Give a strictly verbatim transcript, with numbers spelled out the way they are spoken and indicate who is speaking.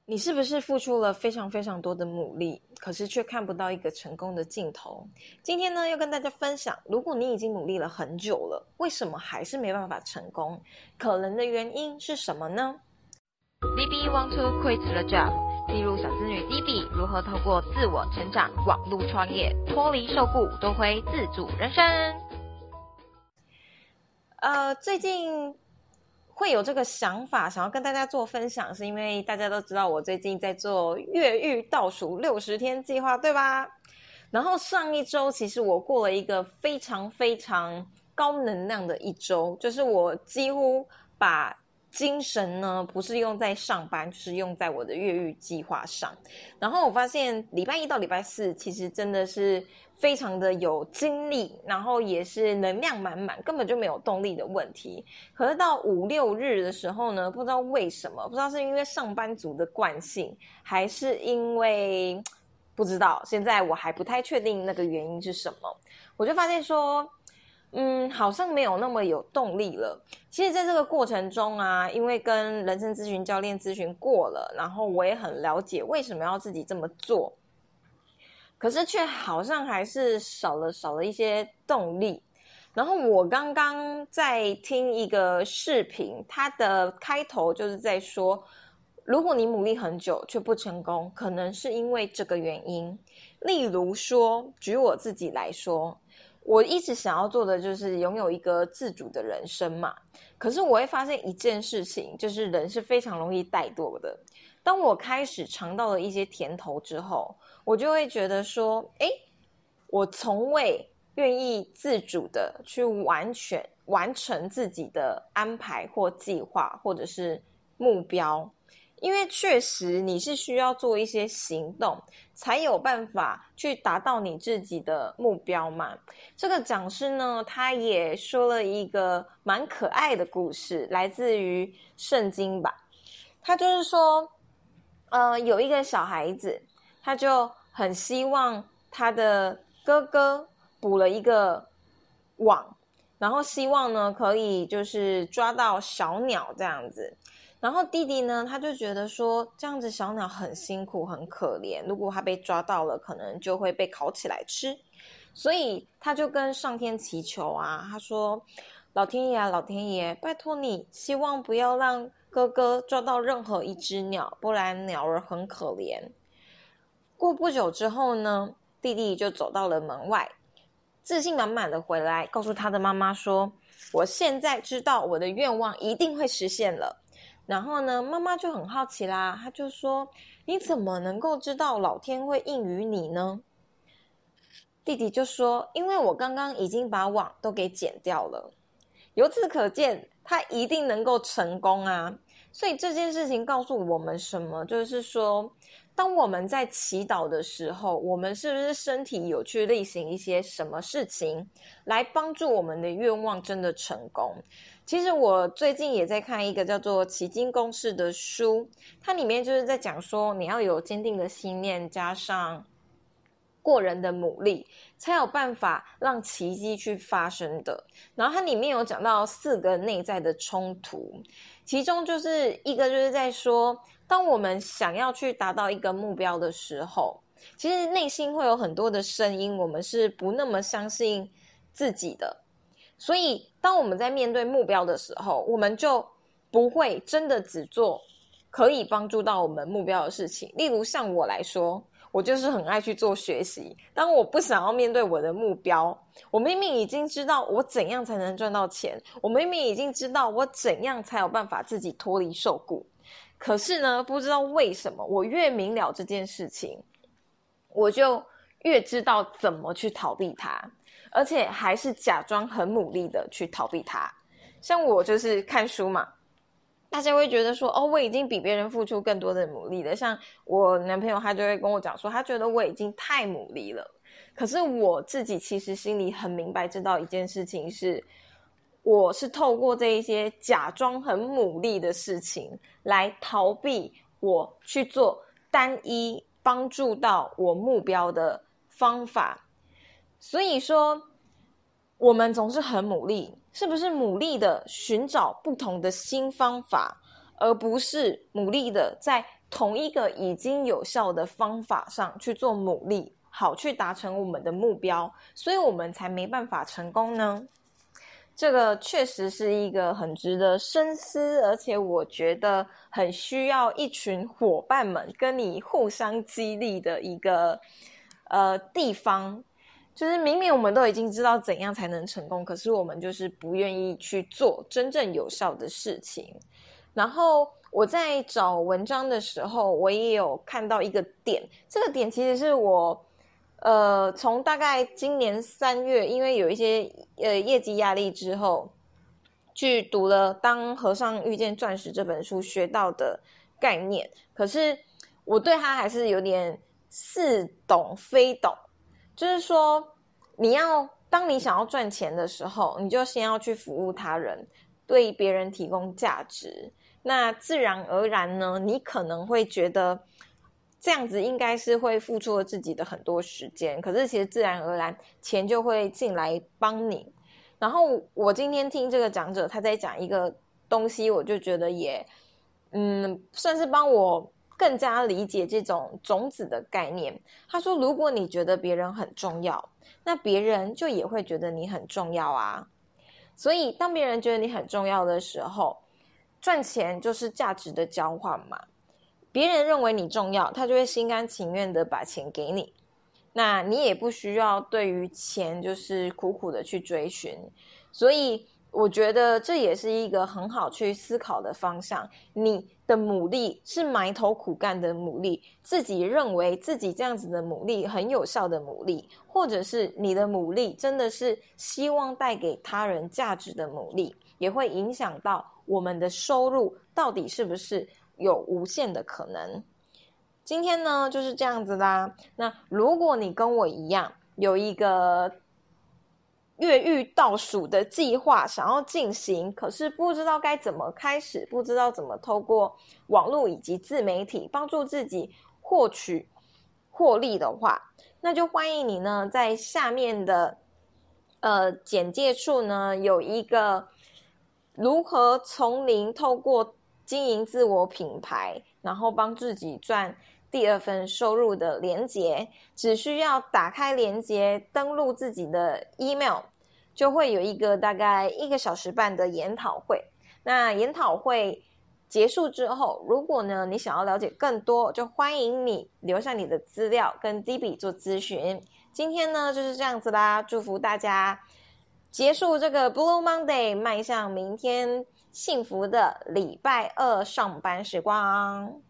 Speaker 1: 你是不是付出了非常非常多的努力，可是却看不到一个成功的尽头？今天呢，要跟大家分享，如果你已经努力了很久了，为什么还是没办法成功？可能的原因是什么呢？
Speaker 2: D B want to quit the job， 记录小资女 D B 如何透过自我成长、网路创业，脱离受雇，夺回自主人生。
Speaker 1: 呃，最近会有这个想法，想要跟大家做分享，是因为大家都知道我最近在做越狱倒数六十天计划，对吧？然后上一周其实我过了一个非常非常高能量的一周，就是我几乎把精神呢不是用在上班，就是用在我的越狱计划上。然后我发现礼拜一到礼拜四其实真的是非常的有精力，然后也是能量满满，根本就没有动力的问题。可是到五六日的时候呢，不知道为什么，不知道是因为上班族的惯性，还是因为不知道，现在我还不太确定那个原因是什么。我就发现说嗯，好像没有那么有动力了。其实在这个过程中啊，因为跟人生咨询教练咨询过了，然后我也很了解为什么要自己这么做，可是却好像还是少了少了一些动力。然后我刚刚在听一个视频，它的开头就是在说，如果你努力很久却不成功，可能是因为这个原因。例如说，举我自己来说，我一直想要做的就是拥有一个自主的人生嘛。可是我会发现一件事情，就是人是非常容易怠惰的。当我开始尝到了一些甜头之后，我就会觉得说，诶，我从未愿意自主的去完全完成自己的安排或计划或者是目标。因为确实你是需要做一些行动，才有办法去达到你自己的目标嘛。这个讲师呢，他也说了一个蛮可爱的故事，来自于圣经吧。他就是说，呃，有一个小孩子，他就很希望他的哥哥补了一个网，然后希望呢可以就是抓到小鸟这样子。然后弟弟呢，他就觉得说这样子小鸟很辛苦很可怜，如果他被抓到了，可能就会被烤起来吃。所以他就跟上天祈求啊，他说老天爷啊，老天爷，拜托你，希望不要让哥哥抓到任何一只鸟，不然鸟儿很可怜。过不久之后呢，弟弟就走到了门外，自信满满的回来，告诉他的妈妈说，我现在知道我的愿望一定会实现了。然后呢，妈妈就很好奇啦，她就说，你怎么能够知道老天会应允你呢？弟弟就说，因为我刚刚已经把网都给剪掉了。由此可见，他一定能够成功啊。所以这件事情告诉我们什么？就是说，当我们在祈祷的时候，我们是不是身体有去例行一些什么事情，来帮助我们的愿望真的成功？其实我最近也在看一个叫做《奇经公式》的书，它里面就是在讲说，你要有坚定的信念，加上过人的努力，才有办法让奇迹去发生的。然后它里面有讲到四个内在的冲突，其中就是一个就是在说，当我们想要去达到一个目标的时候，其实内心会有很多的声音，我们是不那么相信自己的。所以当我们在面对目标的时候，我们就不会真的只做可以帮助到我们目标的事情。例如像我来说，我就是很爱去做学习。当我不想要面对我的目标，我明明已经知道我怎样才能赚到钱，我明明已经知道我怎样才有办法自己脱离受雇，可是呢，不知道为什么我越明了这件事情，我就越知道怎么去逃避它，而且还是假装很努力的去逃避它。像我就是看书嘛，大家会觉得说，哦，我已经比别人付出更多的努力了。像我男朋友他就会跟我讲说，他觉得我已经太努力了。可是我自己其实心里很明白知道一件事情是，我是透过这一些假装很努力的事情来逃避我去做单一帮助到我目标的方法。所以说我们总是很努力，是不是努力的寻找不同的新方法， 而不是努力的在同一个已经有效的方法上去做努力，好去达成我们的目标，所以我们才没办法成功呢？这个确实是一个很值得深思，而且我觉得很需要一群伙伴们跟你互相激励的一个呃地方。就是明明我们都已经知道怎样才能成功，可是我们就是不愿意去做真正有效的事情。然后我在找文章的时候，我也有看到一个点，这个点其实是我呃从大概今年三月，因为有一些呃业绩压力之后，去读了《当和尚遇见钻石》这本书学到的概念，可是我对它还是有点似懂非懂。就是说，你要当你想要赚钱的时候，你就先要去服务他人，对别人提供价值。那自然而然呢，你可能会觉得这样子应该是会付出了自己的很多时间，可是其实自然而然钱就会进来帮你。然后我今天听这个讲者他在讲一个东西，我就觉得也嗯算是帮我更加理解这种种子的概念。他说，如果你觉得别人很重要，那别人就也会觉得你很重要啊。所以当别人觉得你很重要的时候，赚钱就是价值的交换嘛。别人认为你重要，他就会心甘情愿的把钱给你。那你也不需要对于钱就是苦苦的去追寻。所以我觉得这也是一个很好去思考的方向。你的努力是埋头苦干的努力，自己认为自己这样子的努力很有效的努力，或者是你的努力真的是希望带给他人价值的努力，也会影响到我们的收入到底是不是有无限的可能。今天呢就是这样子啦。那如果你跟我一样有一个越狱倒数的计划想要进行，可是不知道该怎么开始，不知道怎么透过网络以及自媒体帮助自己获取获利的话，那就欢迎你呢在下面的呃简介处呢有一个如何从零透过经营自我品牌，然后帮自己赚第二份收入的连结。只需要打开连结，登录自己的 email， 就会有一个大概一个小时半的研讨会。那研讨会结束之后，如果呢你想要了解更多，就欢迎你留下你的资料跟 D B 做咨询。今天呢就是这样子啦，祝福大家结束这个 Blue Monday， 迈向明天幸福的礼拜二上班时光。